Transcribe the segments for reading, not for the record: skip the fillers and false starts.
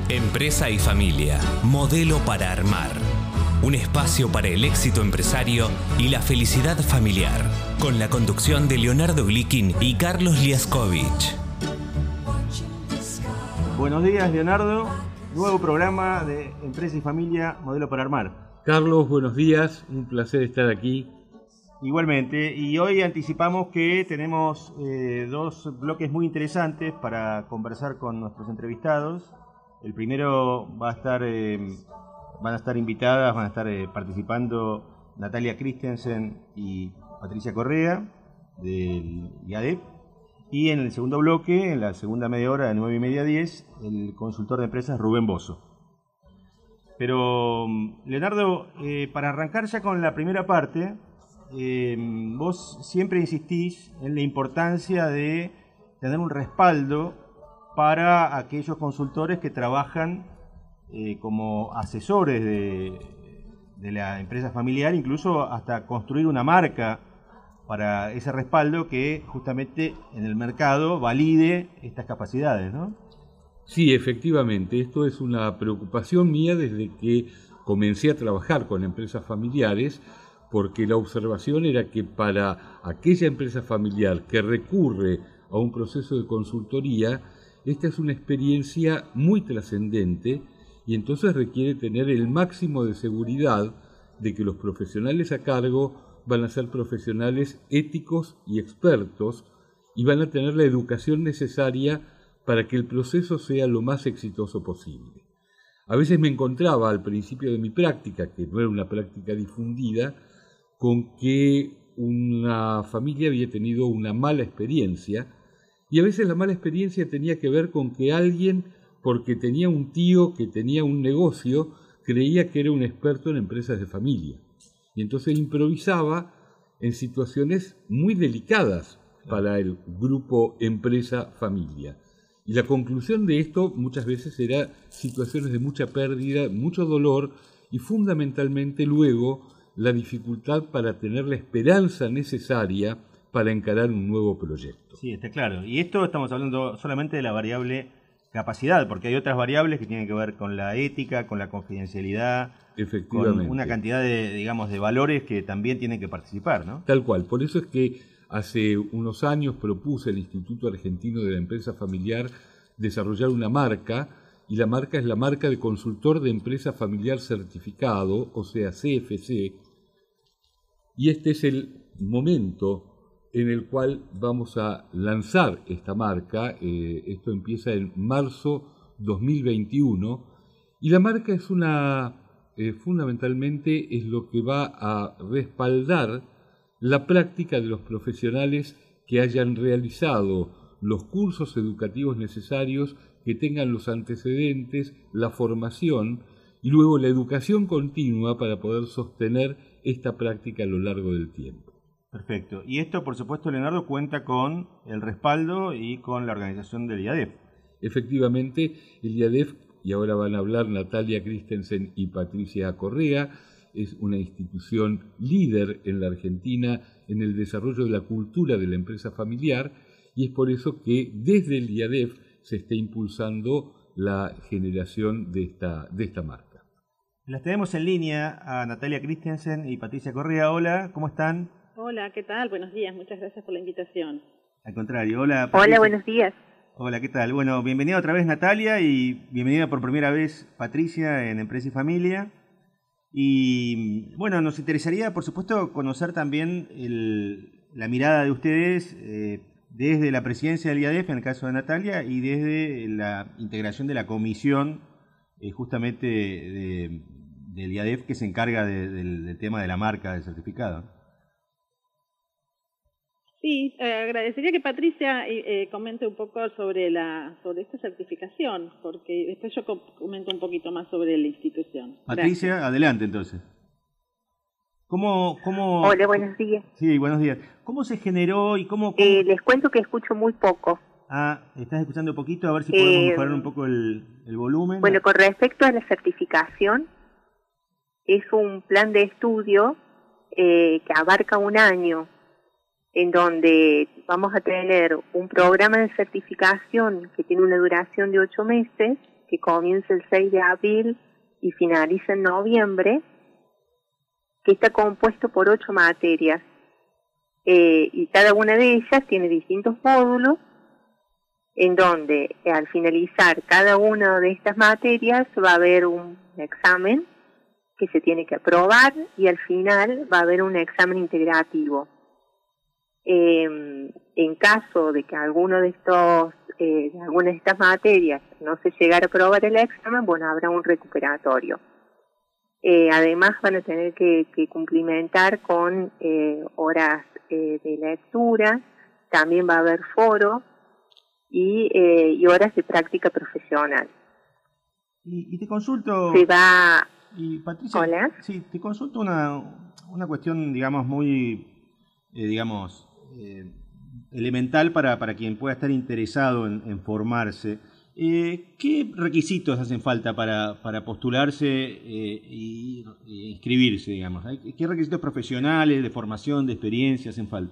Empresa y familia, modelo para armar. Un espacio para el éxito empresario y la felicidad familiar. Con la conducción de Leonardo Glikin y Carlos Liaskovich. Buenos días, Leonardo. Nuevo programa de Empresa y Familia, modelo para armar. Carlos, buenos días. Un placer estar aquí. Igualmente, y hoy anticipamos que tenemos dos bloques muy interesantes para conversar con nuestros entrevistados. El primero van a estar invitadas, van a estar participando Natalia Christensen y Patricia Correa del IADEF. Y en el segundo bloque, en la segunda media hora de 9:30 a 10, el consultor de empresas Rubén Bozo. Pero, Leonardo, para arrancar ya con la primera parte, vos siempre insistís en la importancia de tener un respaldo para aquellos consultores que trabajan como asesores de la empresa familiar, incluso hasta construir una marca para ese respaldo que justamente en el mercado valide estas capacidades, ¿no? Sí, efectivamente, esto es una preocupación mía desde que comencé a trabajar con empresas familiares, porque la observación era que para aquella empresa familiar que recurre a un proceso de consultoría, esta es una experiencia muy trascendente y entonces requiere tener el máximo de seguridad de que los profesionales a cargo van a ser profesionales éticos y expertos y van a tener la educación necesaria para que el proceso sea lo más exitoso posible. A veces me encontraba al principio de mi práctica, que no era una práctica difundida, con que una familia había tenido una mala experiencia, y a veces la mala experiencia tenía que ver con que alguien, porque tenía un tío que tenía un negocio, creía que era un experto en empresas de familia. Y entonces improvisaba en situaciones muy delicadas para el grupo empresa-familia. Y la conclusión de esto muchas veces era situaciones de mucha pérdida, mucho dolor y fundamentalmente luego la dificultad para tener la esperanza necesaria para encarar un nuevo proyecto. Sí, está claro. Y esto estamos hablando solamente de la variable capacidad, porque hay otras variables que tienen que ver con la ética, con la confidencialidad, Efectivamente. con una cantidad de, digamos, de valores que también tienen que participar, ¿no? Tal cual. Por eso es que hace unos años propuse al Instituto Argentino de la Empresa Familiar desarrollar una marca, y la marca es la marca de consultor de empresa familiar certificado, o sea, CFC, y este es el momento en el cual vamos a lanzar esta marca. Esto empieza en marzo 2021, y la marca es fundamentalmente es lo que va a respaldar la práctica de los profesionales que hayan realizado los cursos educativos necesarios, que tengan los antecedentes, la formación y luego la educación continua para poder sostener esta práctica a lo largo del tiempo. Perfecto. Y esto, por supuesto, Leonardo, cuenta con el respaldo y con la organización del IADEF. Efectivamente, el IADEF, y ahora van a hablar Natalia Christensen y Patricia Correa, es una institución líder en la Argentina en el desarrollo de la cultura de la empresa familiar, y es por eso que desde el IADEF se está impulsando la generación de esta marca. Las tenemos en línea a Natalia Christensen y Patricia Correa. Hola, ¿cómo están? Hola, ¿qué tal? Buenos días, muchas gracias por la invitación. Al contrario, hola Patricia. Hola, buenos días. Hola, ¿qué tal? Bueno, bienvenida otra vez Natalia y bienvenida por primera vez Patricia en Empresa y Familia. Y bueno, nos interesaría, por supuesto, conocer también la mirada de ustedes desde la presidencia del IADEF, en el caso de Natalia, y desde la integración de la comisión justamente del IADEF que se encarga del tema de la marca del certificado. Sí, agradecería que Patricia comente un poco sobre esta certificación, porque después yo comento un poquito más sobre la institución. Patricia, gracias. Adelante entonces. ¿Cómo? Hola, buenos días. Sí, buenos días. ¿Cómo se generó y cómo? Les cuento que escucho muy poco. ¿Estás escuchando un poquito? A ver si podemos mejorar un poco el volumen. Bueno, con respecto a la certificación, es un plan de estudio que abarca un año, en donde vamos a tener un programa de certificación que tiene una duración de 8 meses, que comienza el 6 de abril y finaliza en noviembre, que está compuesto por 8 materias, y cada una de ellas tiene distintos módulos, en donde al finalizar cada una de estas materias va a haber un examen que se tiene que aprobar y al final va a haber un examen integrativo. En caso de que alguna de estas materias no se llegara a aprobar el examen, bueno, habrá un recuperatorio. Además van a tener que cumplimentar con horas de lectura, también va a haber foro y horas de práctica profesional. Y te consulto... Se va... Y Patricia, ¿Hola? Sí, te consulto una cuestión, digamos, muy, elemental para quien pueda estar interesado en formarse. ¿Qué requisitos hacen falta para postularse y inscribirse, digamos? ¿Qué requisitos profesionales, de formación, de experiencia hacen falta?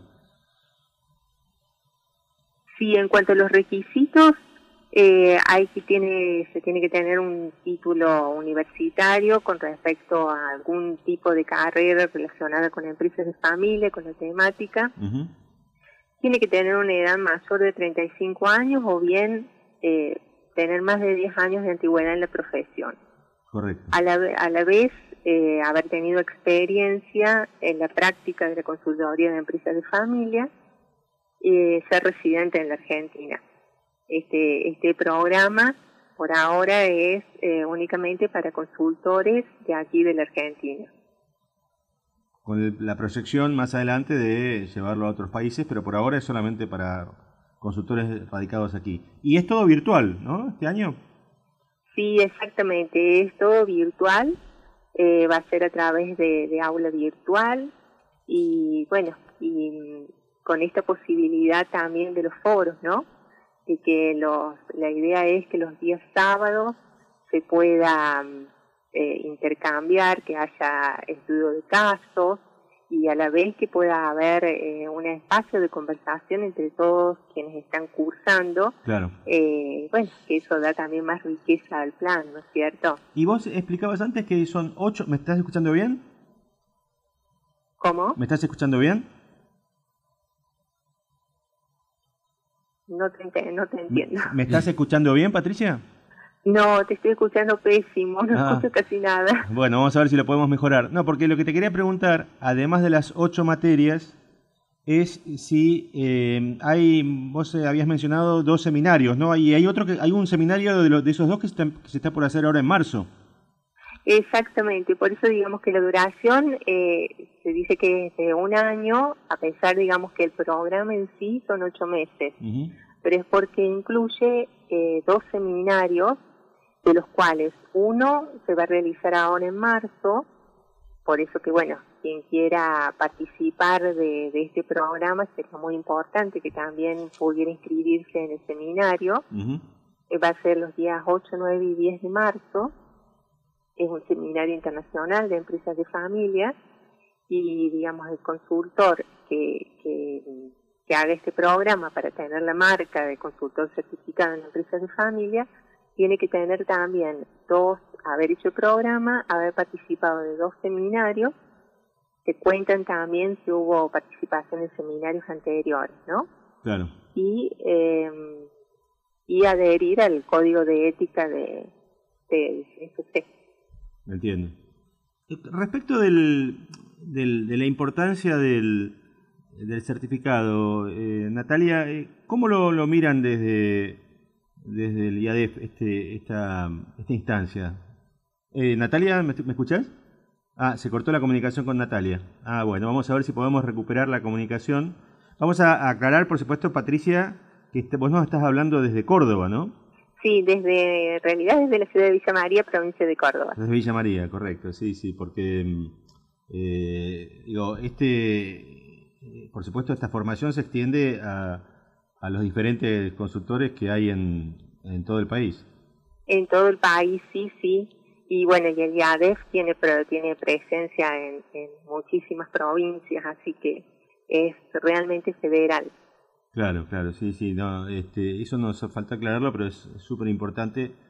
Sí, en cuanto a los requisitos, se tiene que tener un título universitario con respecto a algún tipo de carrera relacionada con empresas de familia, con la temática. Uh-huh. Tiene que tener una edad mayor de 35 años o bien tener más de 10 años de antigüedad en la profesión. Correcto. A la vez, haber tenido experiencia en la práctica de la consultoría de empresas de familia, ser residente en la Argentina. Este programa por ahora es únicamente para consultores de aquí de la Argentina. Con la proyección más adelante de llevarlo a otros países, pero por ahora es solamente para consultores radicados aquí. Y es todo virtual, ¿no? Este año. Sí, exactamente, es todo virtual, va a ser a través de aula virtual y bueno, y con esta posibilidad también de los foros, ¿no? De que la idea es que los días sábados se pueda intercambiar, que haya estudio de casos y a la vez que pueda haber un espacio de conversación entre todos quienes están cursando. Claro. Bueno, que eso da también más riqueza al plan, ¿no es cierto? Y vos explicabas antes que son 8, ¿me estás escuchando bien? ¿Cómo? ¿Me estás escuchando bien? No te entiendo. ¿Me estás escuchando bien, Patricia? No, te estoy escuchando pésimo, no escucho casi nada. Bueno, vamos a ver si lo podemos mejorar. No, porque lo que te quería preguntar, además de las 8 materias, es si vos habías mencionado 2 seminarios, ¿no? Y hay un seminario de esos 2 que se está por hacer ahora en marzo. Exactamente, por eso digamos que la duración se dice que es de 1 año, a pesar digamos que el programa en sí son 8 meses, Uh-huh. pero es porque incluye 2 seminarios, de los cuales uno se va a realizar ahora en marzo, por eso que bueno, quien quiera participar de este programa sería muy importante que también pudiera inscribirse en el seminario. Uh-huh. Va a ser los días 8, 9 y 10 de marzo. Es un seminario internacional de empresas de familia y, digamos, el consultor que haga este programa para tener la marca de consultor certificado en empresas de familia, tiene que tener también haber hecho el programa, haber participado de 2 seminarios, que cuentan también si hubo participación en seminarios anteriores, ¿no? Claro. Y adherir al código de ética de SC. Entiendo. Respecto de la importancia del certificado, Natalia, ¿cómo lo miran desde el IADEF esta instancia? Natalia, ¿me escuchás? Se cortó la comunicación con Natalia. Bueno, vamos a ver si podemos recuperar la comunicación. Vamos a aclarar, por supuesto, Patricia, que vos nos estás hablando desde Córdoba, ¿no? Sí, en realidad desde la ciudad de Villa María, provincia de Córdoba. Desde Villa María, correcto, sí, porque por supuesto esta formación se extiende a los diferentes consultores que hay en todo el país. En todo el país, sí. Y bueno, y el IADEF tiene presencia en muchísimas provincias, así que es realmente federal. Claro, sí, no, eso nos falta aclararlo, pero es súper importante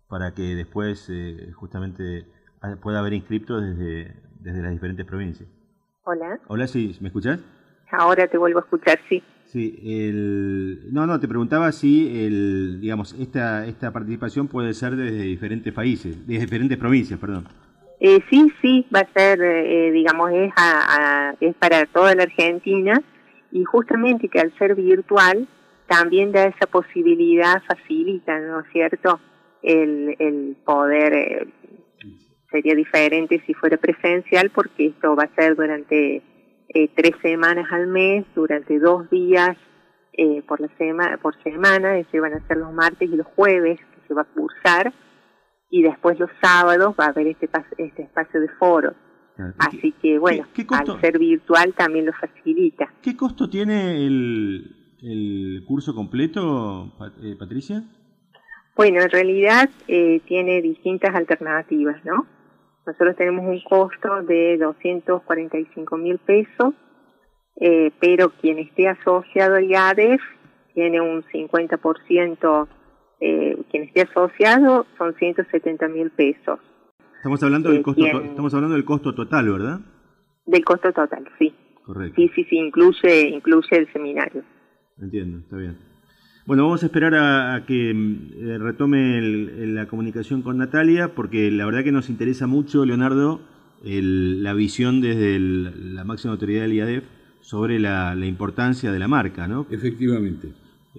para que después justamente pueda haber inscriptos desde las diferentes provincias. Hola. Hola, sí, ¿me escuchás? Ahora te vuelvo a escuchar, sí. Sí, no, te preguntaba si digamos, esta participación puede ser desde diferentes países, de diferentes provincias, perdón. Sí, va a ser, digamos, es para toda la Argentina, y justamente que al ser virtual también da esa posibilidad, facilita, ¿no es cierto?, el poder, sería diferente si fuera presencial, porque esto va a ser durante 3 semanas al mes, durante 2 días por semana, es decir, van a ser los martes y los jueves que se va a cursar, y después los sábados va a haber este espacio de foro. Así que, bueno, ¿Qué costo, al ser virtual también lo facilita. ¿Qué costo tiene el curso completo, Patricia? Bueno, en realidad tiene distintas alternativas, ¿no? Nosotros tenemos un costo de 245.000 pesos, pero quien esté asociado al IADEF tiene un 50%, quien esté asociado son 170.000 pesos. Estamos hablando del costo total, ¿verdad? Del costo total, sí. Correcto. Sí, incluye el seminario. Entiendo, está bien. Bueno, vamos a esperar a que retome la comunicación con Natalia, porque la verdad que nos interesa mucho, Leonardo, la visión desde la máxima autoridad del IADEF sobre la importancia de la marca, ¿no? Efectivamente.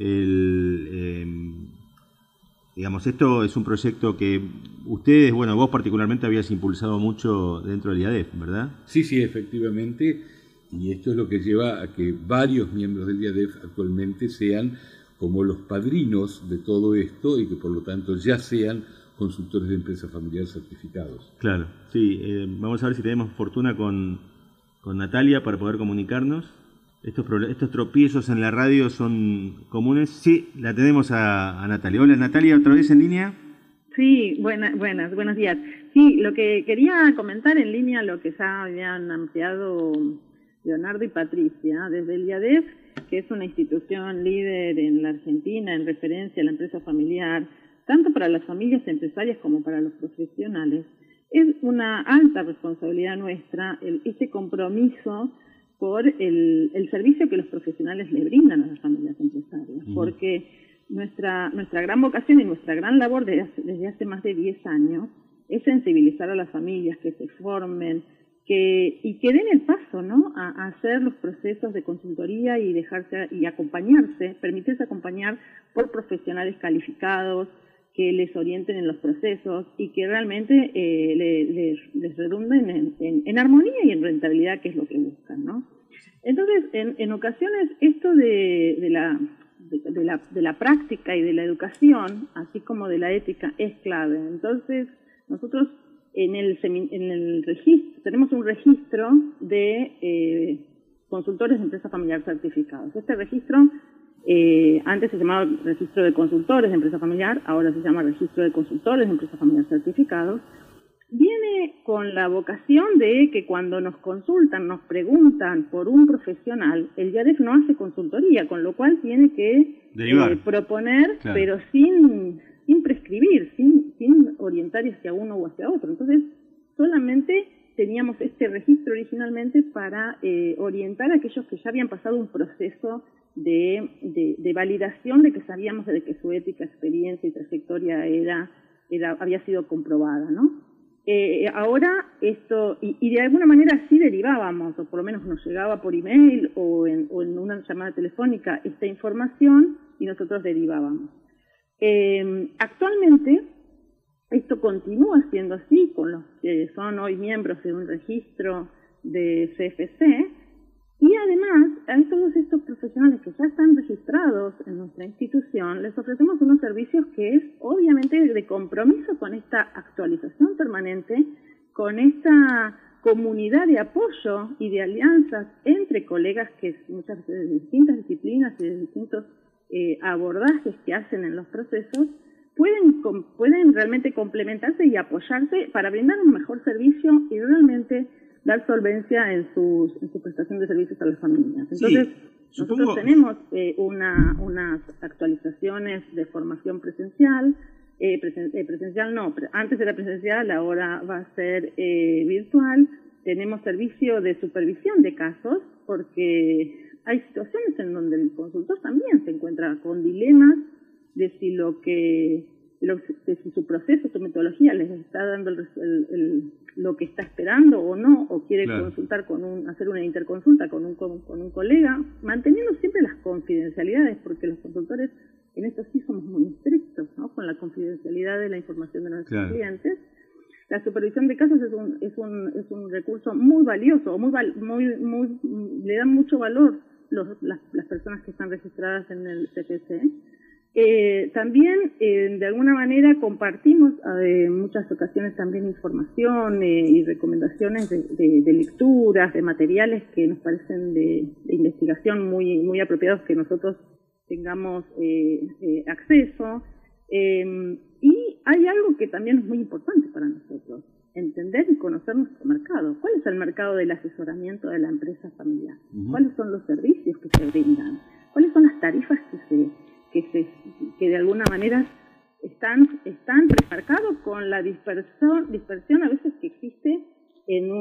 Digamos, esto es un proyecto que ustedes, bueno, vos particularmente habías impulsado mucho dentro del IADEF, ¿verdad? Sí, efectivamente, y esto es lo que lleva a que varios miembros del IADEF actualmente sean como los padrinos de todo esto y que por lo tanto ya sean consultores de empresa familiar certificados. Claro, sí, vamos a ver si tenemos fortuna con Natalia para poder comunicarnos. Estos tropiezos en la radio son comunes. Sí, la tenemos a Natalia. Hola, Natalia, ¿otra vez en línea? Sí, buenos días. Sí, lo que quería comentar en línea, lo que ya habían ampliado Leonardo y Patricia, desde el IADEF, que es una institución líder en la Argentina en referencia a la empresa familiar, tanto para las familias empresarias como para los profesionales, es una alta responsabilidad nuestra este compromiso por el servicio que los profesionales le brindan a las familias empresarias, porque nuestra gran vocación y nuestra gran labor desde hace más de 10 años es sensibilizar a las familias, que se formen, y que den el paso, ¿no?, a hacer los procesos de consultoría y acompañarse, permitirse acompañar por profesionales calificados que les orienten en los procesos y que realmente les redunden en armonía y en rentabilidad, que es lo que buscan, ¿no? Entonces, en ocasiones esto de la práctica y de la educación, así como de la ética, es clave. Entonces, nosotros en el registro tenemos un registro de consultores de empresa familiar certificados. Este registro antes se llamaba registro de consultores de empresa familiar, ahora se llama registro de consultores de empresa familiar certificados. Viene con la vocación de que cuando nos consultan, nos preguntan por un profesional, el IADEF no hace consultoría, con lo cual tiene que proponer, claro, pero sin prescribir, sin orientar hacia uno o hacia otro. Entonces, solamente teníamos este registro originalmente para orientar a aquellos que ya habían pasado un proceso de validación de que sabíamos de que su ética, experiencia y trayectoria había sido comprobada, ¿no? Ahora esto, y de alguna manera sí derivábamos, o por lo menos nos llegaba por email o en una llamada telefónica esta información y nosotros derivábamos. Actualmente esto continúa siendo así con los que son hoy miembros de un registro de CFC, y además a todos estos profesionales que ya están registrados en nuestra institución les ofrecemos unos servicios que es obviamente de compromiso con esta actualización permanente, con esta comunidad de apoyo y de alianzas entre colegas que muchas veces de distintas disciplinas y de distintos abordajes que hacen en los procesos, pueden realmente complementarse y apoyarse para brindar un mejor servicio y realmente dar solvencia en su prestación de servicios a las familias. Entonces, sí, nosotros tenemos unas actualizaciones de formación presencial, presencial no, antes era presencial, ahora va a ser virtual. Tenemos servicio de supervisión de casos, porque hay situaciones en donde el consultor también se encuentra con dilemas de si de si su proceso, su metodología les está dando lo que está esperando o no, o quiere consultar hacer una interconsulta con un colega, manteniendo siempre las confidencialidades, porque los consultores en esto sí somos muy estrictos, ¿no?, con la confidencialidad de la información de nuestros clientes. La supervisión de casos es un recurso muy valioso, le dan mucho valor las personas que están registradas en el CPC. También, de alguna manera, compartimos en muchas ocasiones también información y recomendaciones de lecturas, de materiales que nos parecen de investigación muy apropiados que nosotros tengamos acceso. Y hay algo que también es muy importante para nosotros: entender y conocer nuestro mercado. ¿Cuál es el mercado del asesoramiento de la empresa familiar? ¿Cuáles son los servicios que se brindan? ¿Cuáles son las tarifas que de alguna manera están remarcados con la dispersión a veces que existe en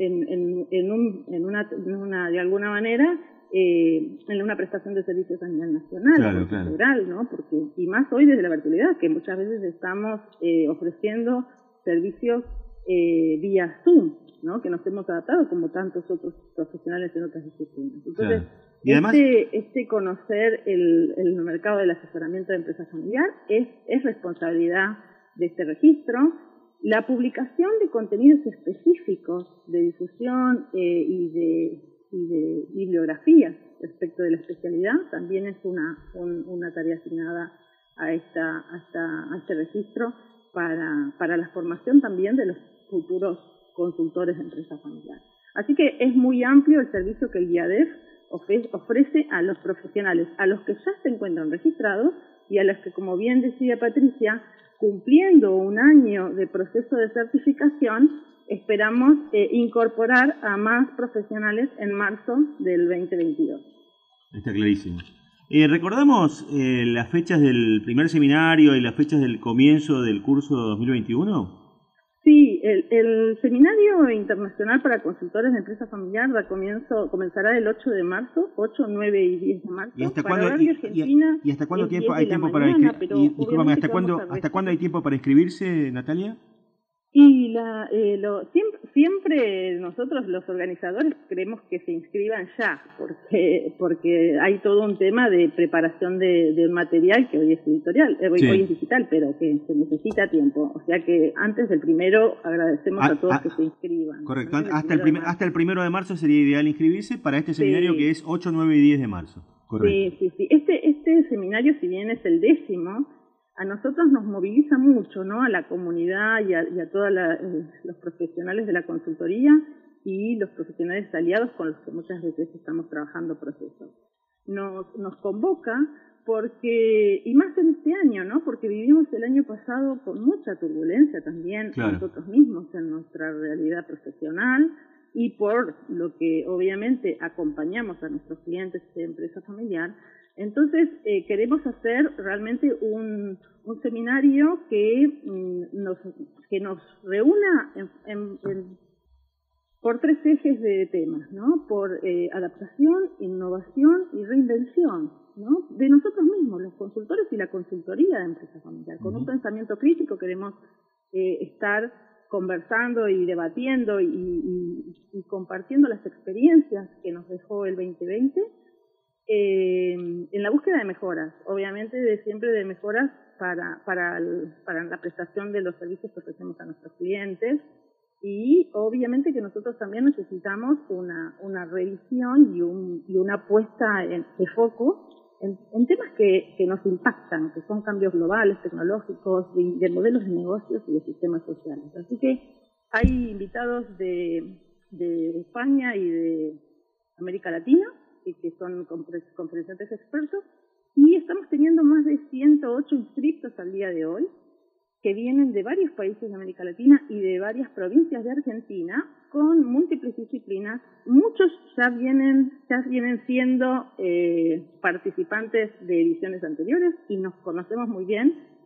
una de alguna manera en una prestación de servicios a nivel nacional, federal, ¿no? Porque, y más hoy desde la virtualidad, que muchas veces estamos ofreciendo servicios vía Zoom, ¿no?, que nos hemos adaptado como tantos otros profesionales en otras disciplinas. Entonces, y además, conocer el mercado del asesoramiento de empresa familiar es responsabilidad de este registro. La publicación de contenidos específicos de difusión y de bibliografía respecto de la especialidad también es una tarea asignada a este registro para la formación también de los futuros consultores de empresa familiar. Así que es muy amplio el servicio que el IADEF ofrece a los profesionales, a los que ya se encuentran registrados y a los que, como bien decía Patricia, cumpliendo un año de proceso de certificación, esperamos incorporar a más profesionales en marzo del 2022. Está clarísimo. ¿Recordamos las fechas del primer seminario y las fechas del comienzo del curso 2021? Sí, el Seminario Internacional para Consultores de Empresa Familiar comenzará el 8 de marzo, 8, 9 y 10 de marzo. ¿Y hasta cuándo hay tiempo para hasta cuándo hay tiempo para inscribirse, Natalia? Y siempre nosotros los organizadores queremos que se inscriban ya, porque hay todo un tema de preparación de un material que hoy es editorial, hoy es digital, pero que se necesita tiempo. O sea que antes del primero agradecemos a todos que se inscriban. Correcto, hasta el 1 de marzo sería ideal inscribirse para este seminario que es 8, 9 y 10 de marzo. Correcto. Sí. Este seminario, si bien es el 10º, a nosotros nos moviliza mucho, ¿no?, a la comunidad y a todos los profesionales de la consultoría y los profesionales aliados con los que muchas veces estamos trabajando procesos. Nos convoca porque, y más en este año, ¿no?, porque vivimos el año pasado con mucha turbulencia también nosotros mismos en nuestra realidad profesional y por lo que obviamente acompañamos a nuestros clientes de empresa familiar. Entonces, queremos hacer realmente un seminario que nos reúna por 3 ejes de temas, ¿no? Por adaptación, innovación y reinvención, ¿no?, de nosotros mismos, los consultores y la consultoría de empresa familiar. Con un pensamiento crítico queremos estar conversando y debatiendo y compartiendo las experiencias que nos dejó el 2020, en la búsqueda de mejoras, obviamente siempre de mejoras para la prestación de los servicios que ofrecemos a nuestros clientes, y obviamente que nosotros también necesitamos una revisión y una puesta de foco en temas que nos impactan, que son cambios globales, tecnológicos, de modelos de negocios y de sistemas sociales. Así que hay invitados de España y de América Latina, que son conferenciantes expertos, y estamos teniendo más de 108 inscritos al día de hoy, que vienen de varios países de América Latina y de varias provincias de Argentina, con múltiples disciplinas. Muchos ya vienen siendo participantes de ediciones anteriores y nos conocemos muy bien,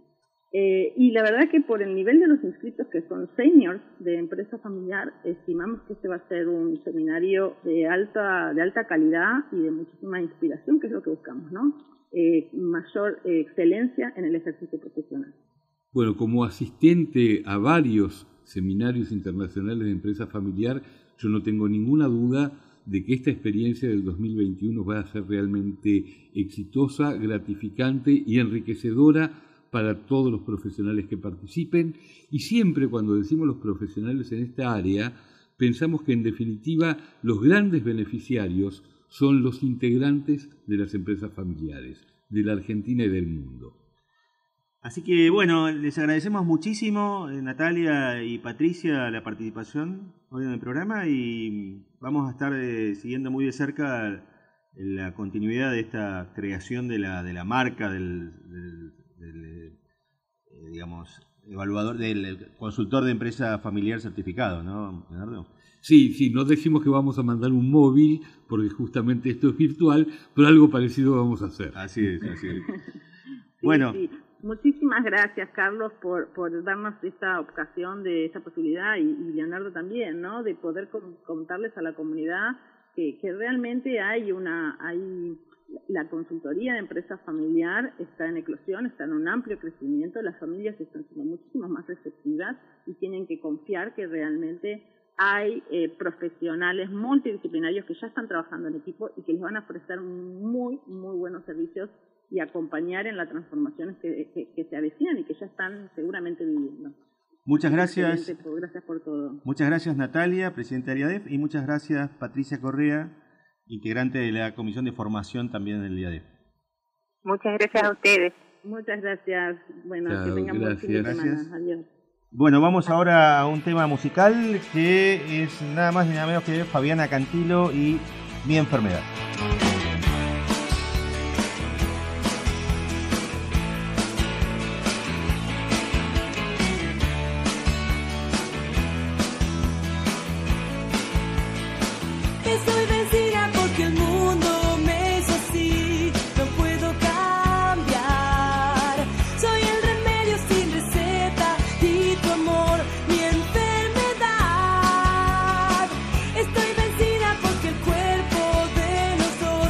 Y la verdad que por el nivel de los inscritos, que son seniors de empresa familiar, estimamos que este va a ser un seminario de alta calidad y de muchísima inspiración, que es lo que buscamos, ¿no? Mayor excelencia en el ejercicio profesional. Bueno, como asistente a varios seminarios internacionales de empresa familiar, yo no tengo ninguna duda de que esta experiencia del 2021 va a ser realmente exitosa, gratificante y enriquecedora para todos los profesionales que participen. Y siempre cuando decimos los profesionales en esta área, pensamos que en definitiva los grandes beneficiarios son los integrantes de las empresas familiares, de la Argentina y del mundo. Así que bueno, les agradecemos muchísimo, Natalia y Patricia, la participación hoy en el programa, y vamos a estar siguiendo muy de cerca la continuidad de esta creación de la marca del digamos, evaluador, del consultor de empresa familiar certificado, ¿no, Leonardo? Sí, no decimos que vamos a mandar un móvil, porque justamente esto es virtual, pero algo parecido vamos a hacer. Así es. Sí, Bueno. Sí. Muchísimas gracias, Carlos, por darnos esta ocasión, de esta posibilidad, y Leonardo también, ¿no? De poder contarles a la comunidad que realmente hay la consultoría de empresa familiar está en eclosión, está en un amplio crecimiento, las familias están siendo muchísimo más receptivas y tienen que confiar que realmente hay profesionales multidisciplinarios que ya están trabajando en equipo y que les van a ofrecer muy, muy buenos servicios y acompañar en las transformaciones que se avecinan y que ya están seguramente viviendo. Muchas gracias. Gracias por todo. Muchas gracias, Natalia, presidenta de IADEF, y muchas gracias, Patricia Correa, integrante de la Comisión de Formación también del IADEF. Muchas gracias a ustedes. Muchas gracias. Bueno, Chao, que tengan buen fin de semana. Adiós. Bueno, vamos ahora a un tema musical que es nada más ni nada menos que Fabiana Cantilo y Mi Enfermedad. Estoy vencida porque el mundo me hizo así, no puedo cambiar. Soy el remedio sin receta y tu amor mi enfermedad. Estoy vencida porque el cuerpo de los dos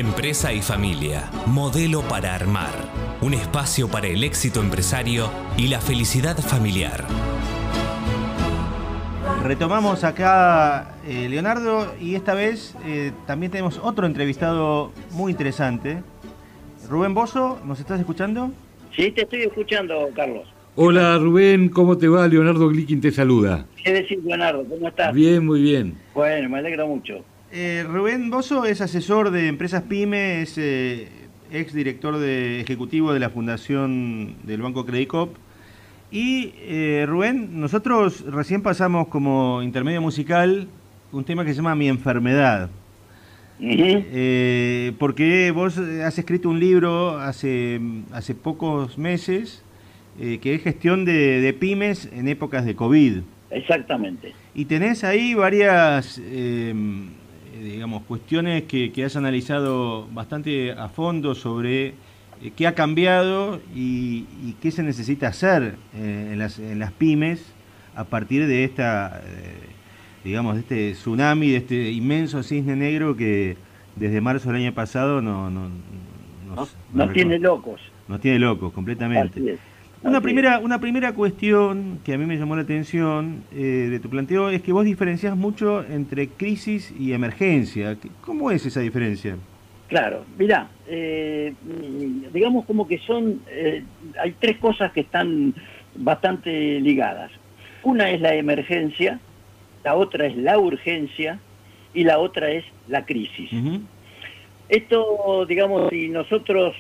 Empresa y familia, modelo para armar. Un espacio para el éxito empresario y la felicidad familiar. Retomamos acá, Leonardo, y esta vez también tenemos otro entrevistado muy interesante. Rubén Bozo, ¿nos estás escuchando? Sí, te estoy escuchando, Carlos. Hola Rubén, ¿cómo te va? Leonardo Glikin te saluda. ¿Qué decís, Leonardo? ¿Cómo estás? Bien, muy bien. Bueno, me alegro mucho. Rubén Bozo es asesor de empresas PYME, es ex director ejecutivo de la Fundación del Banco Credicop. Y Rubén, nosotros recién pasamos como intermedio musical un tema que se llama Mi Enfermedad. Porque vos has escrito un libro hace pocos meses que es gestión de pymes en épocas de COVID. Exactamente. Y tenés ahí varias digamos, cuestiones que has analizado bastante a fondo sobre qué ha cambiado y qué se necesita hacer en las pymes a partir de esta, digamos, de este tsunami, de este inmenso cisne negro que desde marzo del año pasado nos tiene locos. Nos tiene locos, completamente. Así es. Una primera cuestión que a mí me llamó la atención de tu planteo es que vos diferenciás mucho entre crisis y emergencia. ¿Cómo es esa diferencia? Claro, mirá, digamos como que hay tres cosas que están bastante ligadas. Una es la emergencia, la otra es la urgencia y la otra es la crisis. Esto, digamos, si nosotros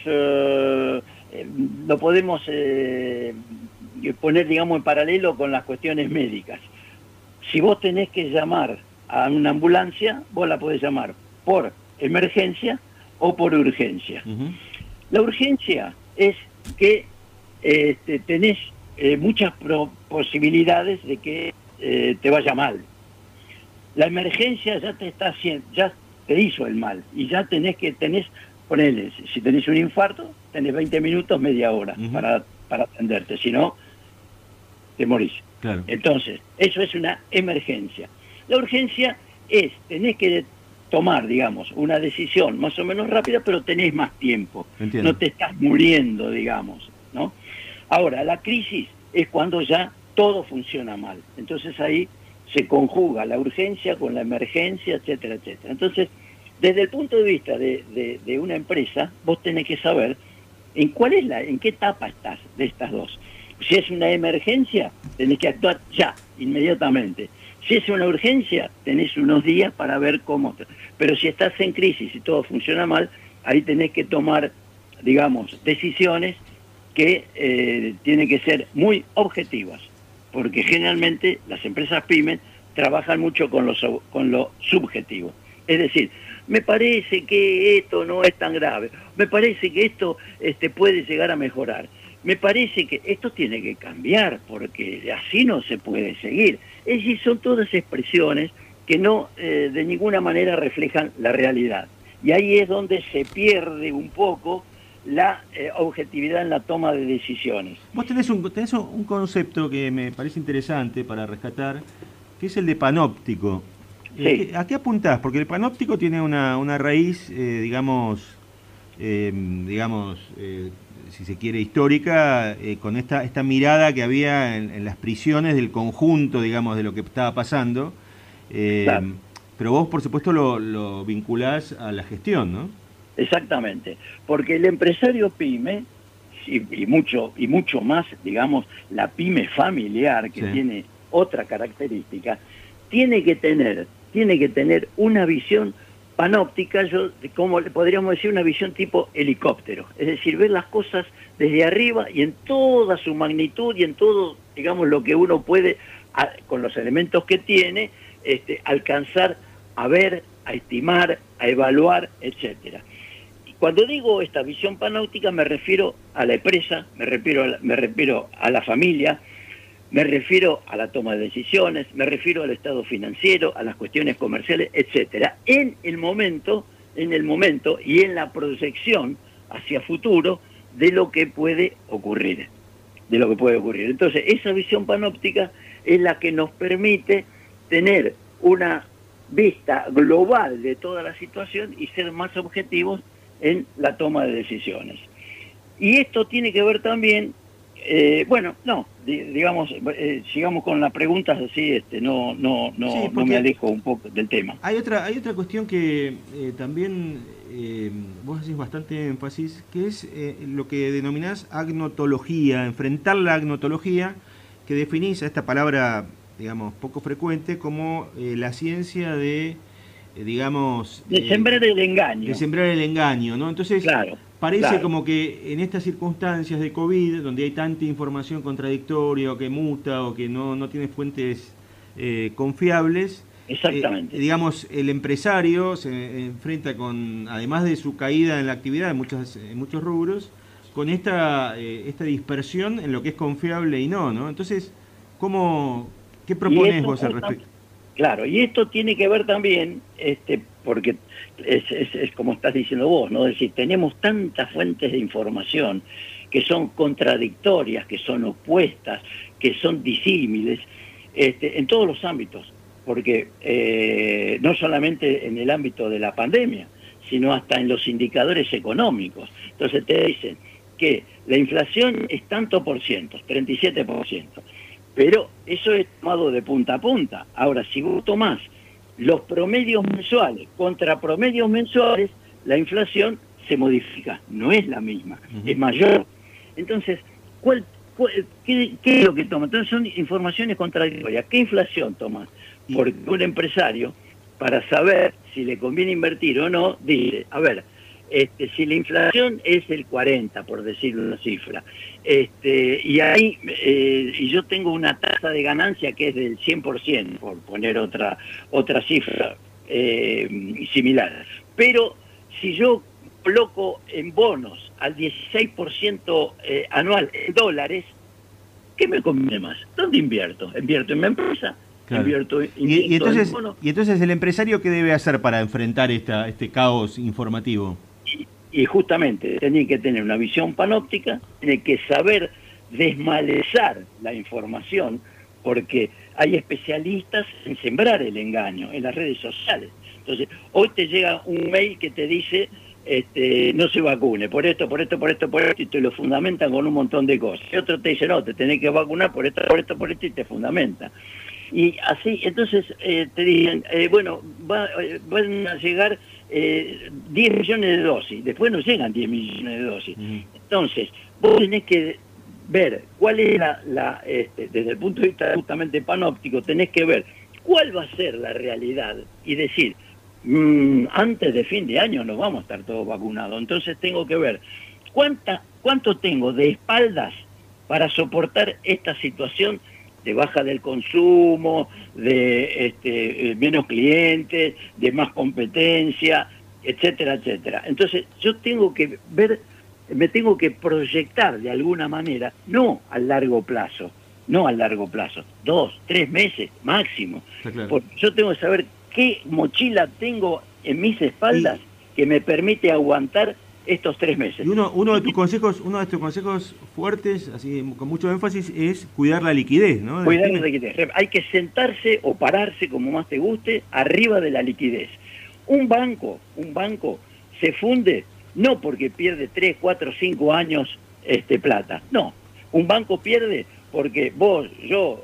lo podemos poner, digamos, en paralelo con las cuestiones médicas. Si vos tenés que llamar a una ambulancia, vos la podés llamar por emergencia o por urgencia. La urgencia es que tenés muchas posibilidades de que te vaya mal. La emergencia ya te está haciendo, ya te hizo el mal y ya tenés, ponele, si tenés un infarto, tenés 20 minutos, media hora para atenderte, si no, te morís. Claro. Entonces, eso es una emergencia. La urgencia es, tenés que tomar, digamos, una decisión más o menos rápida, pero tenés más tiempo. Entiendo. No te estás muriendo, digamos, ¿no? Ahora, la crisis es cuando ya todo funciona mal. Entonces ahí se conjuga la urgencia con la emergencia, etcétera, etcétera. Entonces, desde el punto de vista de una empresa, vos tenés que saber en qué etapa estás de estas dos. Si es una emergencia, tenés que actuar ya, inmediatamente. Si es una urgencia, tenés unos días para ver cómo. Pero si estás en crisis y todo funciona mal, ahí tenés que tomar, digamos, decisiones que tienen que ser muy objetivas, porque generalmente las empresas pymes trabajan mucho con lo subjetivo. Es decir, me parece que esto no es tan grave, me parece que esto puede llegar a mejorar, me parece que esto tiene que cambiar, porque así no se puede seguir. Es decir, son todas expresiones que no de ninguna manera reflejan la realidad. Y ahí es donde se pierde un poco la objetividad en la toma de decisiones. Vos tenés un concepto que me parece interesante para rescatar, que es el de panóptico. Sí. ¿A qué apuntás? Porque el panóptico tiene una raíz, digamos, si se quiere, histórica, con esta mirada que había en las prisiones del conjunto, digamos, de lo que estaba pasando. Claro. Pero vos, por supuesto, lo vinculás a la gestión, ¿no? Exactamente, porque el empresario pyme, y mucho más, digamos, la pyme familiar, que tiene otra característica, tiene que tener una visión panóptica, como podríamos decir, una visión tipo helicóptero, es decir, ver las cosas desde arriba y en toda su magnitud y en todo, digamos, lo que uno puede, con los elementos que tiene, alcanzar a ver, a estimar, a evaluar, etcétera. Cuando digo esta visión panóptica me refiero a la empresa, me refiero a la familia, me refiero a la toma de decisiones, me refiero al estado financiero, a las cuestiones comerciales, etcétera, en el momento y en la proyección hacia futuro de lo que puede ocurrir. Entonces, esa visión panóptica es la que nos permite tener una vista global de toda la situación y ser más objetivos en la toma de decisiones. Y esto tiene que ver también, sigamos con las preguntas así, no Sí, me alejo un poco del tema. Hay otra cuestión que también vos haces bastante énfasis, que es lo que denominás agnotología, enfrentar la agnotología, que definís a esta palabra, digamos, poco frecuente, como la ciencia de, de sembrar el engaño. De sembrar el engaño, ¿no? Entonces, claro, parece como que en estas circunstancias de COVID, donde hay tanta información contradictoria, o que muta, o que no tiene fuentes confiables, exactamente. Digamos, el empresario se enfrenta con, además de su caída en la actividad en muchos rubros, con esta dispersión en lo que es confiable y no. Entonces, ¿qué propones vos al respecto? Claro, y esto tiene que ver también, porque es como estás diciendo vos, ¿no? Es decir, tenemos tantas fuentes de información que son contradictorias, que son opuestas, que son disímiles, en todos los ámbitos, porque no solamente en el ámbito de la pandemia, sino hasta en los indicadores económicos. Entonces te dicen que la inflación es tanto por ciento, 37%. Pero eso es tomado de punta a punta. Ahora, si vos tomás los promedios mensuales contra promedios mensuales, la inflación se modifica, no es la misma, es mayor. Entonces, ¿qué es lo que toma? Entonces son informaciones contradictorias. ¿Qué inflación tomas? Porque un empresario, para saber si le conviene invertir o no, dice, a ver, si la inflación es el 40, por decir una cifra, y ahí y yo tengo una tasa de ganancia que es del 100%, por poner otra cifra similar, pero si yo coloco en bonos al 16% anual en dólares, ¿qué me conviene más? ¿Dónde invierto? ¿Invierto en mi empresa? Claro. Y entonces el empresario, ¿qué debe hacer para enfrentar este caos informativo? Y justamente tiene que tener una visión panóptica, tiene que saber desmalezar la información, porque hay especialistas en sembrar el engaño en las redes sociales. Entonces, hoy te llega un mail que te dice no se vacune, por esto, y te lo fundamentan con un montón de cosas. Y otro te dice, no, te tenés que vacunar por esto, y te fundamenta. Y así, entonces te dicen, van a llegar 10 millones de dosis, después no llegan 10 millones de dosis. Entonces, vos tenés que ver cuál es desde el punto de vista justamente panóptico, tenés que ver cuál va a ser la realidad y decir, antes de fin de año nos vamos a estar todos vacunados. Entonces tengo que ver cuánto tengo de espaldas para soportar esta situación de baja del consumo, de menos clientes, de más competencia, etcétera, etcétera. Entonces yo tengo que ver, me tengo que proyectar de alguna manera, no a largo plazo, 2, 3 meses máximo. Claro. Porque yo tengo que saber qué mochila tengo en mis espaldas que me permite aguantar estos 3 meses. Y uno de tus consejos fuertes, así con mucho énfasis, es cuidar la liquidez, ¿no? Cuidar la liquidez. Hay que sentarse o pararse, como más te guste, arriba de la liquidez. Un banco se funde no porque pierde 3, 4, 5 años plata. No, un banco pierde porque vos, yo,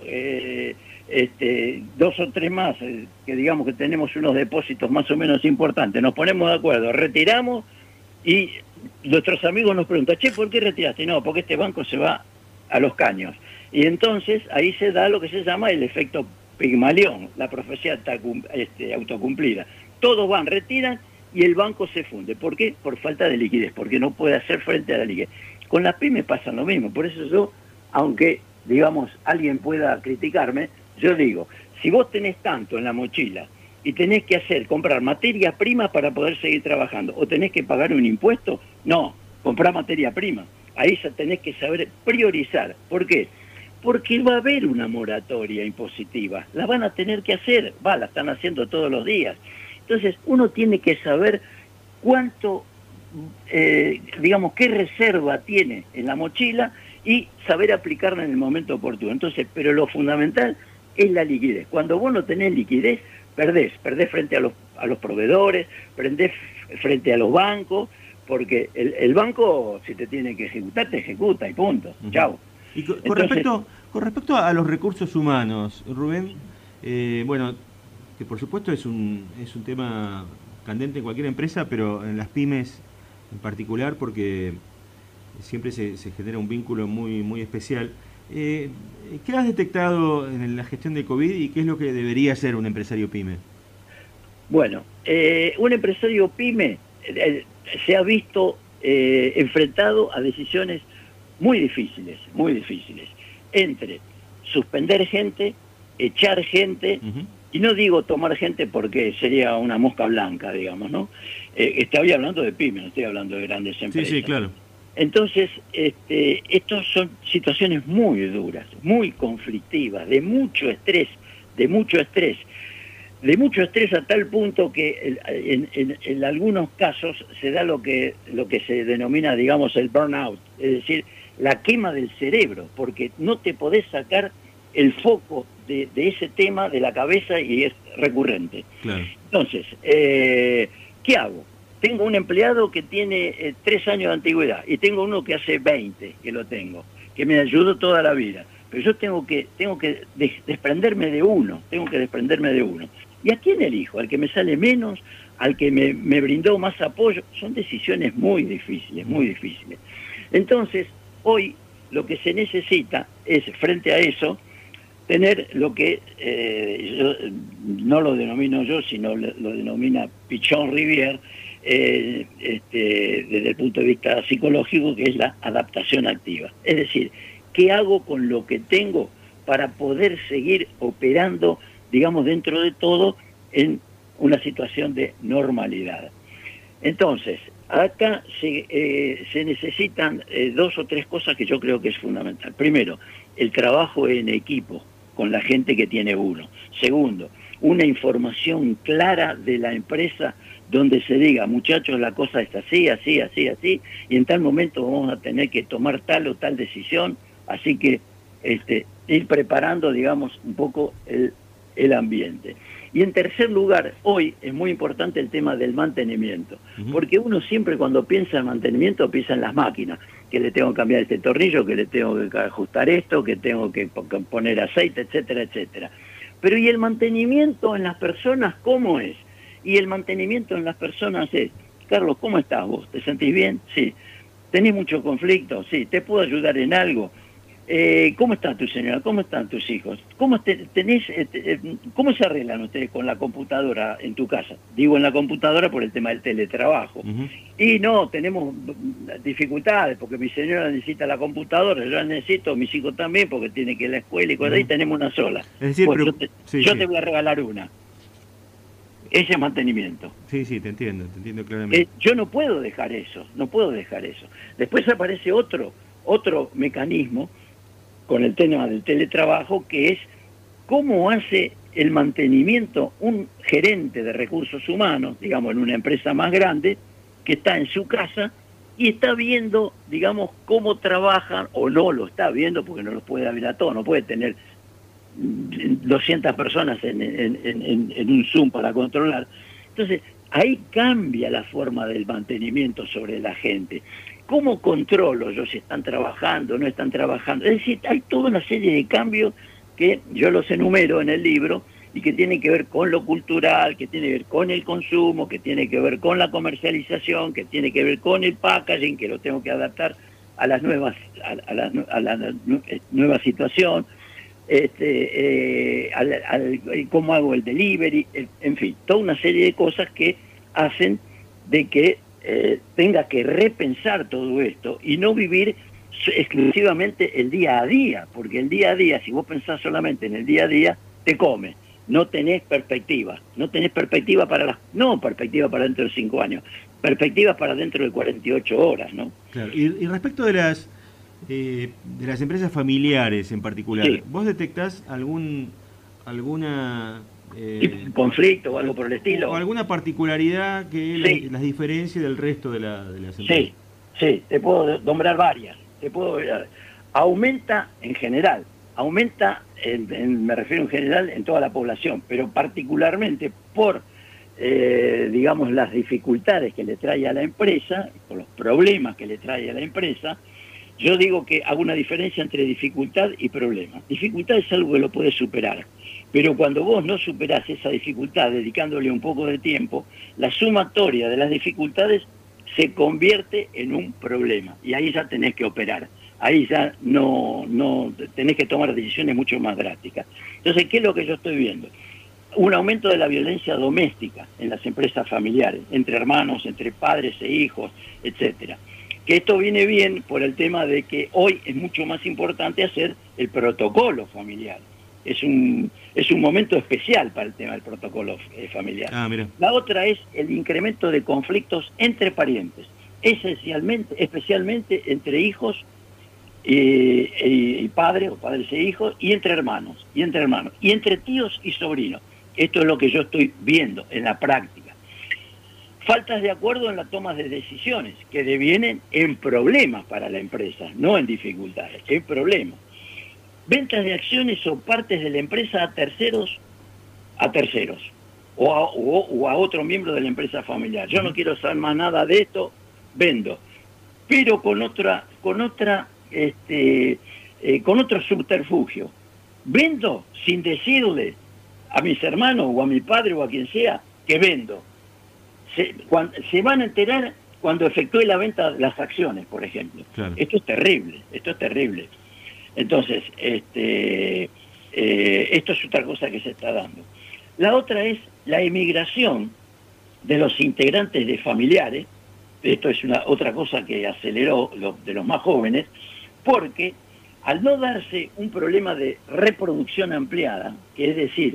2 o 3 más, que digamos que tenemos unos depósitos más o menos importantes, nos ponemos de acuerdo, retiramos. Y nuestros amigos nos preguntan, che, ¿por qué retiraste? No, porque este banco se va a los caños. Y entonces ahí se da lo que se llama el efecto Pigmalión, la profecía autocumplida. Todos van, retiran y el banco se funde. ¿Por qué? Por falta de liquidez, porque no puede hacer frente a la liquidez. Con las pymes pasa lo mismo, por eso yo, aunque, digamos, alguien pueda criticarme, yo digo, si vos tenés tanto en la mochila y tenés que comprar materia prima para poder seguir trabajando, o tenés que pagar un impuesto, no, comprar materia prima. Ahí tenés que saber priorizar. ¿Por qué? Porque va a haber una moratoria impositiva, la van a tener que hacer, la están haciendo todos los días. Entonces uno tiene que saber cuánto, digamos, qué reserva tiene en la mochila y saber aplicarla en el momento oportuno. Entonces, pero lo fundamental es la liquidez. Cuando vos no tenés liquidez, perdés frente a los proveedores, perdés frente a los bancos, porque el banco, si te tiene que ejecutar, te ejecuta y punto. Chao. Y con respecto a los recursos humanos, Rubén, bueno, que por supuesto es un tema candente en cualquier empresa, pero en las pymes en particular, porque siempre se genera un vínculo muy especial. ¿Qué has detectado en la gestión de COVID y qué es lo que debería hacer un empresario pyme? Bueno, un empresario pyme se ha visto enfrentado a decisiones muy difíciles, entre suspender gente, echar gente, y no digo tomar gente porque sería una mosca blanca, digamos, ¿no? Estoy hablando de pymes, no estoy hablando de grandes empresas. Sí, claro. Entonces, estos son situaciones muy duras, muy conflictivas, de mucho estrés a tal punto que en algunos casos se da lo que se denomina, digamos, el burnout, es decir, la quema del cerebro, porque no te podés sacar el foco de ese tema de la cabeza y es recurrente. Claro. Entonces, ¿qué hago? Tengo un empleado que tiene 3 años de antigüedad y tengo uno que hace 20 que lo tengo, que me ayudó toda la vida. Pero yo tengo que desprenderme de uno, ¿Y a quién elijo? ¿Al que me sale menos? ¿Al que me brindó más apoyo? Son decisiones muy difíciles. Entonces, hoy lo que se necesita es, frente a eso, tener lo que no lo denomino yo, sino lo denomina Pichon Rivière, desde el punto de vista psicológico, que es la adaptación activa. Es decir, ¿qué hago con lo que tengo para poder seguir operando, digamos, dentro de todo, en una situación de normalidad? Entonces, acá se necesitan 2 o 3 cosas que yo creo que es fundamental. Primero, el trabajo en equipo con la gente que tiene uno. Segundo, una información clara de la empresa donde se diga, muchachos, la cosa está así, y en tal momento vamos a tener que tomar tal o tal decisión, así que ir preparando, digamos, un poco el ambiente. Y en tercer lugar, hoy es muy importante el tema del mantenimiento, porque uno siempre cuando piensa en mantenimiento piensa en las máquinas, que le tengo que cambiar este tornillo, que le tengo que ajustar esto, que tengo que poner aceite, etcétera, etcétera. Pero ¿y el mantenimiento en las personas cómo es? Y el mantenimiento en las personas es, Carlos, ¿cómo estás vos? ¿Te sentís bien? Sí. ¿Tenés mucho conflicto? Sí. ¿Te puedo ayudar en algo? ¿Cómo está tu señora? ¿Cómo están tus hijos? ¿Cómo se arreglan ustedes con la computadora en tu casa? Digo en la computadora por el tema del teletrabajo. Y no, tenemos dificultades porque mi señora necesita la computadora, yo la necesito, mis hijos también porque tienen que ir a la escuela y cosas, y tenemos una sola. Es decir, pues yo te voy a regalar una. Ese es mantenimiento. Sí, te entiendo claramente. Yo no puedo dejar eso. Después aparece otro mecanismo con el tema del teletrabajo, que es cómo hace el mantenimiento un gerente de recursos humanos, digamos, en una empresa más grande, que está en su casa y está viendo, digamos, cómo trabajan, o no lo está viendo porque no los puede ver a todos, no puede tener 200 personas en un Zoom para controlar. Entonces, ahí cambia la forma del mantenimiento sobre la gente. ¿Cómo controlo yo si están trabajando o no están trabajando? Es decir, hay toda una serie de cambios que yo los enumero en el libro y que tienen que ver con lo cultural, que tiene que ver con el consumo, que tiene que ver con la comercialización, que tiene que ver con el packaging, que lo tengo que adaptar a las nuevas a la nueva situación, cómo hago el delivery, en fin, toda una serie de cosas que hacen de que tenga que repensar todo esto y no vivir exclusivamente el día a día, porque el día a día, si vos pensás solamente en el día a día, te come. No tenés perspectiva no perspectiva para dentro de 5 años, perspectiva para dentro de 48 horas, ¿no? Claro. Y respecto de las empresas familiares en particular, sí, ¿vos detectás alguna conflicto o algo por el estilo? ¿O alguna particularidad que sí, las diferencie del resto de las empresas? Sí, te puedo nombrar varias. Aumenta en general, me refiero en general en toda la población, pero particularmente por digamos, las dificultades que le trae a la empresa, o los problemas que le trae a la empresa, yo digo que hago una diferencia entre dificultad y problema. Dificultad es algo que lo puedes superar, pero cuando vos no superás esa dificultad dedicándole un poco de tiempo, la sumatoria de las dificultades se convierte en un problema y ahí ya tenés que operar. Ahí ya no tenés que tomar decisiones mucho más drásticas. Entonces, ¿qué es lo que yo estoy viendo? Un aumento de la violencia doméstica en las empresas familiares, entre hermanos, entre padres e hijos, etcétera. Que esto viene bien por el tema de que hoy es mucho más importante hacer el protocolo familiar. Es un momento especial para el tema del protocolo familiar. Mira. La otra es el incremento de conflictos entre parientes, especialmente entre hijos y padres, o padres e hijos, y entre hermanos, y entre tíos y sobrinos. Esto es lo que yo estoy viendo en la práctica. Faltas de acuerdo en la toma de decisiones, que devienen en problemas para la empresa, no en dificultades, en problemas. Ventas de acciones o partes de la empresa a terceros, o a otro miembro de la empresa familiar. Yo no quiero saber más nada de esto, vendo. Pero con otro subterfugio. Vendo sin decirle a mis hermanos o a mi padre o a quien sea que vendo. Se van a enterar cuando efectúe la venta de las acciones, por ejemplo. Claro. Esto es terrible. Entonces, esto es otra cosa que se está dando. La otra es la emigración de los integrantes de familiares. Esto es otra cosa que aceleró de los más jóvenes, porque al no darse un problema de reproducción ampliada, que es decir,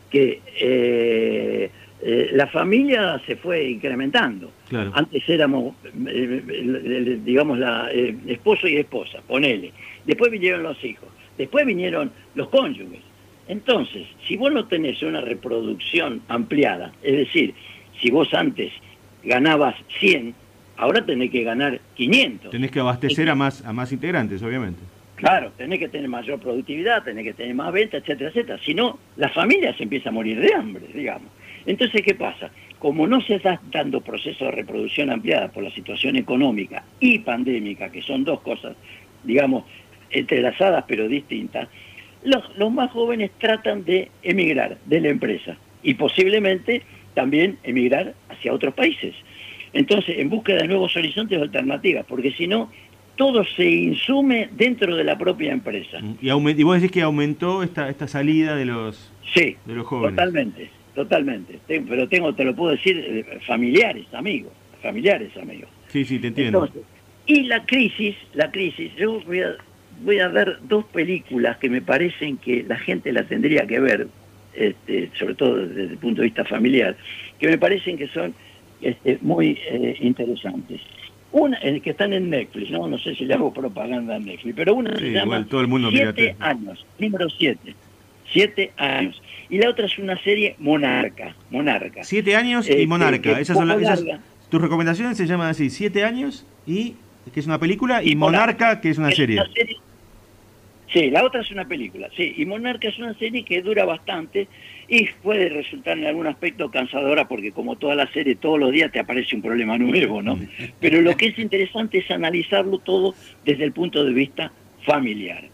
que la familia se fue incrementando. Claro. Antes éramos, digamos, esposo y esposa, ponele. Después vinieron los hijos, después vinieron los cónyuges. Entonces, si vos no tenés una reproducción ampliada, es decir, si vos antes ganabas 100, ahora tenés que ganar 500. Tenés que abastecer a más integrantes, obviamente. Claro, tenés que tener mayor productividad, tenés que tener más ventas, etcétera, etcétera. Si no, la familia se empieza a morir de hambre, digamos. Entonces, ¿qué pasa? Como no se está dando proceso de reproducción ampliada por la situación económica y pandémica, que son dos cosas, digamos, entrelazadas pero distintas, los más jóvenes tratan de emigrar de la empresa y posiblemente también emigrar hacia otros países. Entonces, en búsqueda de nuevos horizontes o alternativas, porque si no, todo se insume dentro de la propia empresa. Y vos decís que aumentó esta salida de los jóvenes. Totalmente. Pero te lo puedo decir, familiares, amigos. Sí, te entiendo. Entonces, y la crisis, yo voy a ver dos películas que me parecen que la gente la tendría que ver, sobre todo desde el punto de vista familiar, que me parecen que son muy interesantes. Una, que están en Netflix, no sé si le hago propaganda a Netflix, pero una se llama todo el mundo 7 años, número 7. 7 años. Y la otra es una serie Monarca. 7 años y Monarca. Esas son tus recomendaciones, se llaman así: 7 años, y que es una película, y Monarca, que es una serie. Sí, la otra es una película, sí, y Monarca es una serie que dura bastante y puede resultar en algún aspecto cansadora porque como toda la serie, todos los días te aparece un problema nuevo, ¿no? Pero lo que es interesante es analizarlo todo desde el punto de vista familiar.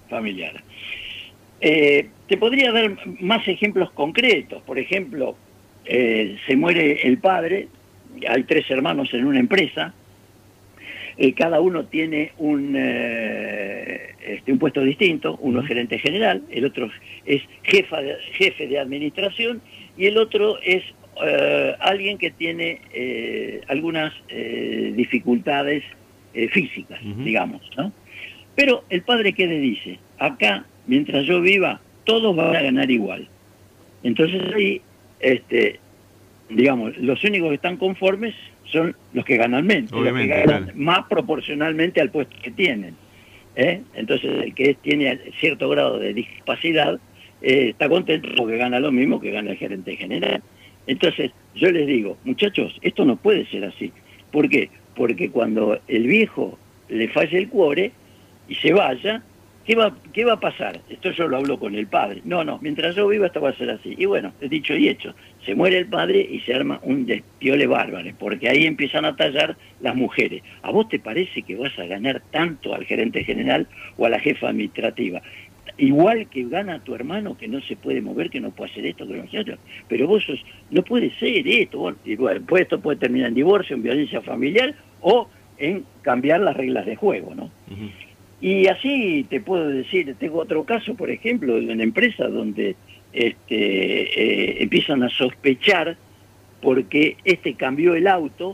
Te podría dar más ejemplos concretos. Por ejemplo, se muere el padre, hay 3 hermanos en una empresa, cada uno tiene un puesto distinto, uno es gerente general, el otro es jefe de administración y el otro es alguien que tiene algunas dificultades físicas, digamos, ¿no? Pero el padre, ¿qué le dice? Acá, mientras yo viva, todos van a ganar igual. Entonces ahí, digamos, los únicos que están conformes son los que ganan menos, los que ganan más proporcionalmente al puesto que tienen. Entonces el que tiene cierto grado de discapacidad está contento porque gana lo mismo que gana el gerente general. Entonces yo les digo, muchachos, esto no puede ser así. ¿Por qué? Porque cuando el viejo le falle el cuore y se vaya, ¿qué va a pasar? Esto yo lo hablo con el padre. No, mientras yo viva esto va a ser así. Y bueno, es dicho y hecho. Se muere el padre y se arma un despiole bárbaro, porque ahí empiezan a tallar las mujeres. ¿A vos te parece que vas a ganar tanto al gerente general o a la jefa administrativa? Igual que gana tu hermano, que no se puede mover, que no puede hacer esto, que no hace otro. Pero vos no puede ser esto. Y bueno, pues esto puede terminar en divorcio, en violencia familiar o en cambiar las reglas de juego, ¿no? Uh-huh. Y así te puedo decir, tengo otro caso, por ejemplo, de una empresa donde empiezan a sospechar porque cambió el auto,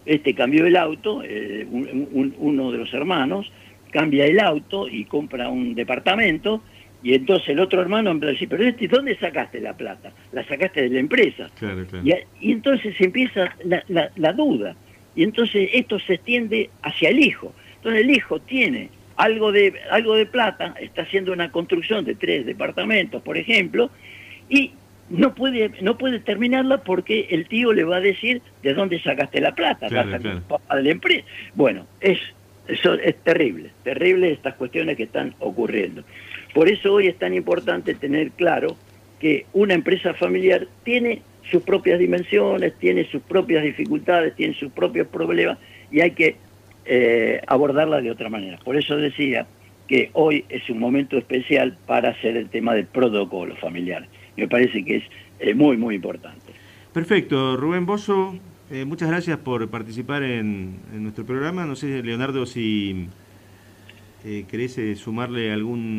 uno de los hermanos cambia el auto y compra un departamento, y entonces el otro hermano empieza a decir, pero ¿dónde sacaste la plata? La sacaste de la empresa. Claro. Y entonces empieza la duda, y entonces esto se extiende hacia el hijo. Entonces el hijo tiene algo de plata, está haciendo una construcción de 3 departamentos, por ejemplo, y no puede terminarla porque el tío le va a decir de dónde sacaste la plata, claro. De la empresa. Bueno, eso es terrible estas cuestiones que están ocurriendo. Por eso hoy es tan importante tener claro que una empresa familiar tiene sus propias dimensiones, tiene sus propias dificultades, tiene sus propios problemas, y hay que abordarla de otra manera. Por eso decía que hoy es un momento especial para hacer el tema del protocolo familiar. Me parece que es muy, muy importante. Perfecto. Rubén Bozo, muchas gracias por participar en nuestro programa. No sé, Leonardo, si querés sumarle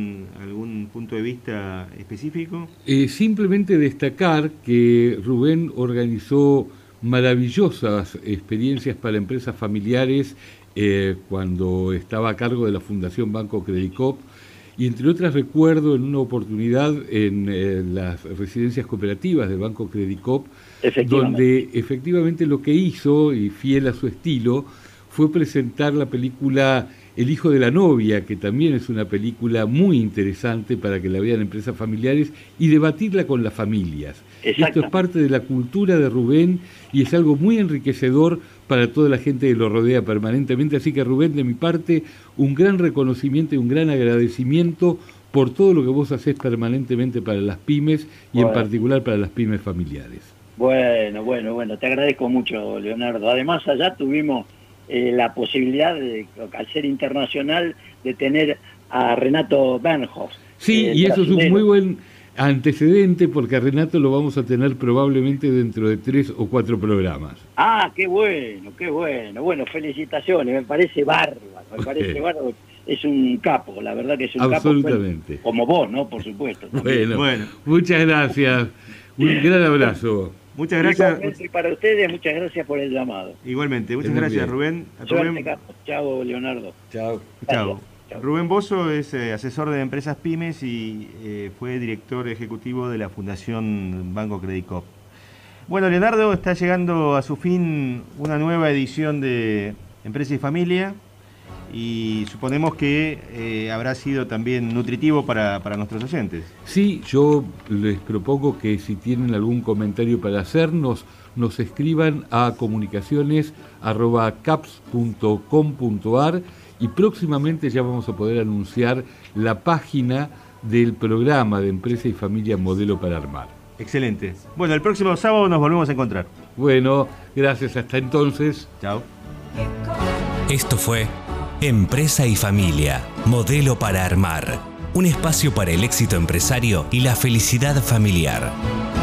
algún punto de vista específico. Simplemente destacar que Rubén organizó maravillosas experiencias para empresas familiares cuando estaba a cargo de la Fundación Banco Credicop, y entre otras recuerdo en una oportunidad en las residencias cooperativas del Banco Credicop, donde efectivamente lo que hizo, y fiel a su estilo, fue presentar la película El hijo de la novia, que también es una película muy interesante para que la vean empresas familiares, y debatirla con las familias. Esto es parte de la cultura de Rubén y es algo muy enriquecedor para toda la gente que lo rodea permanentemente. Así que, Rubén, de mi parte, un gran reconocimiento y un gran agradecimiento por todo lo que vos hacés permanentemente para las pymes y en particular para las pymes familiares. Bueno, te agradezco mucho, Leonardo. Además, allá tuvimos la posibilidad, al ser internacional, de tener a Renato Bernhoff. Sí, y eso es un muy buen antecedente, porque a Renato lo vamos a tener probablemente dentro de 3 o 4 programas. Ah, qué bueno. Bueno, felicitaciones, me parece bárbaro, bárbaro. Es un capo, la verdad que es un absolutamente capo, como vos, ¿no? Por supuesto. Bueno, muchas gracias. Un gran abrazo. Muchas gracias. Y para ustedes, muchas gracias por el llamado. Igualmente, muchas gracias, Rubén. Chao, Leonardo. Chao. Rubén Bozo es asesor de empresas pymes y fue director ejecutivo de la Fundación Banco Credicop. Bueno, Leonardo, está llegando a su fin una nueva edición de Empresa y Familia, y suponemos que habrá sido también nutritivo para nuestros oyentes. Sí, yo les propongo que si tienen algún comentario para hacernos, nos escriban a comunicaciones@caps.com.ar, y próximamente ya vamos a poder anunciar la página del programa de Empresa y Familia Modelo para Armar. Excelente. Bueno, el próximo sábado nos volvemos a encontrar. Bueno, gracias, hasta entonces. Chao. Esto fue Empresa y Familia, Modelo para Armar. Un espacio para el éxito empresario y la felicidad familiar.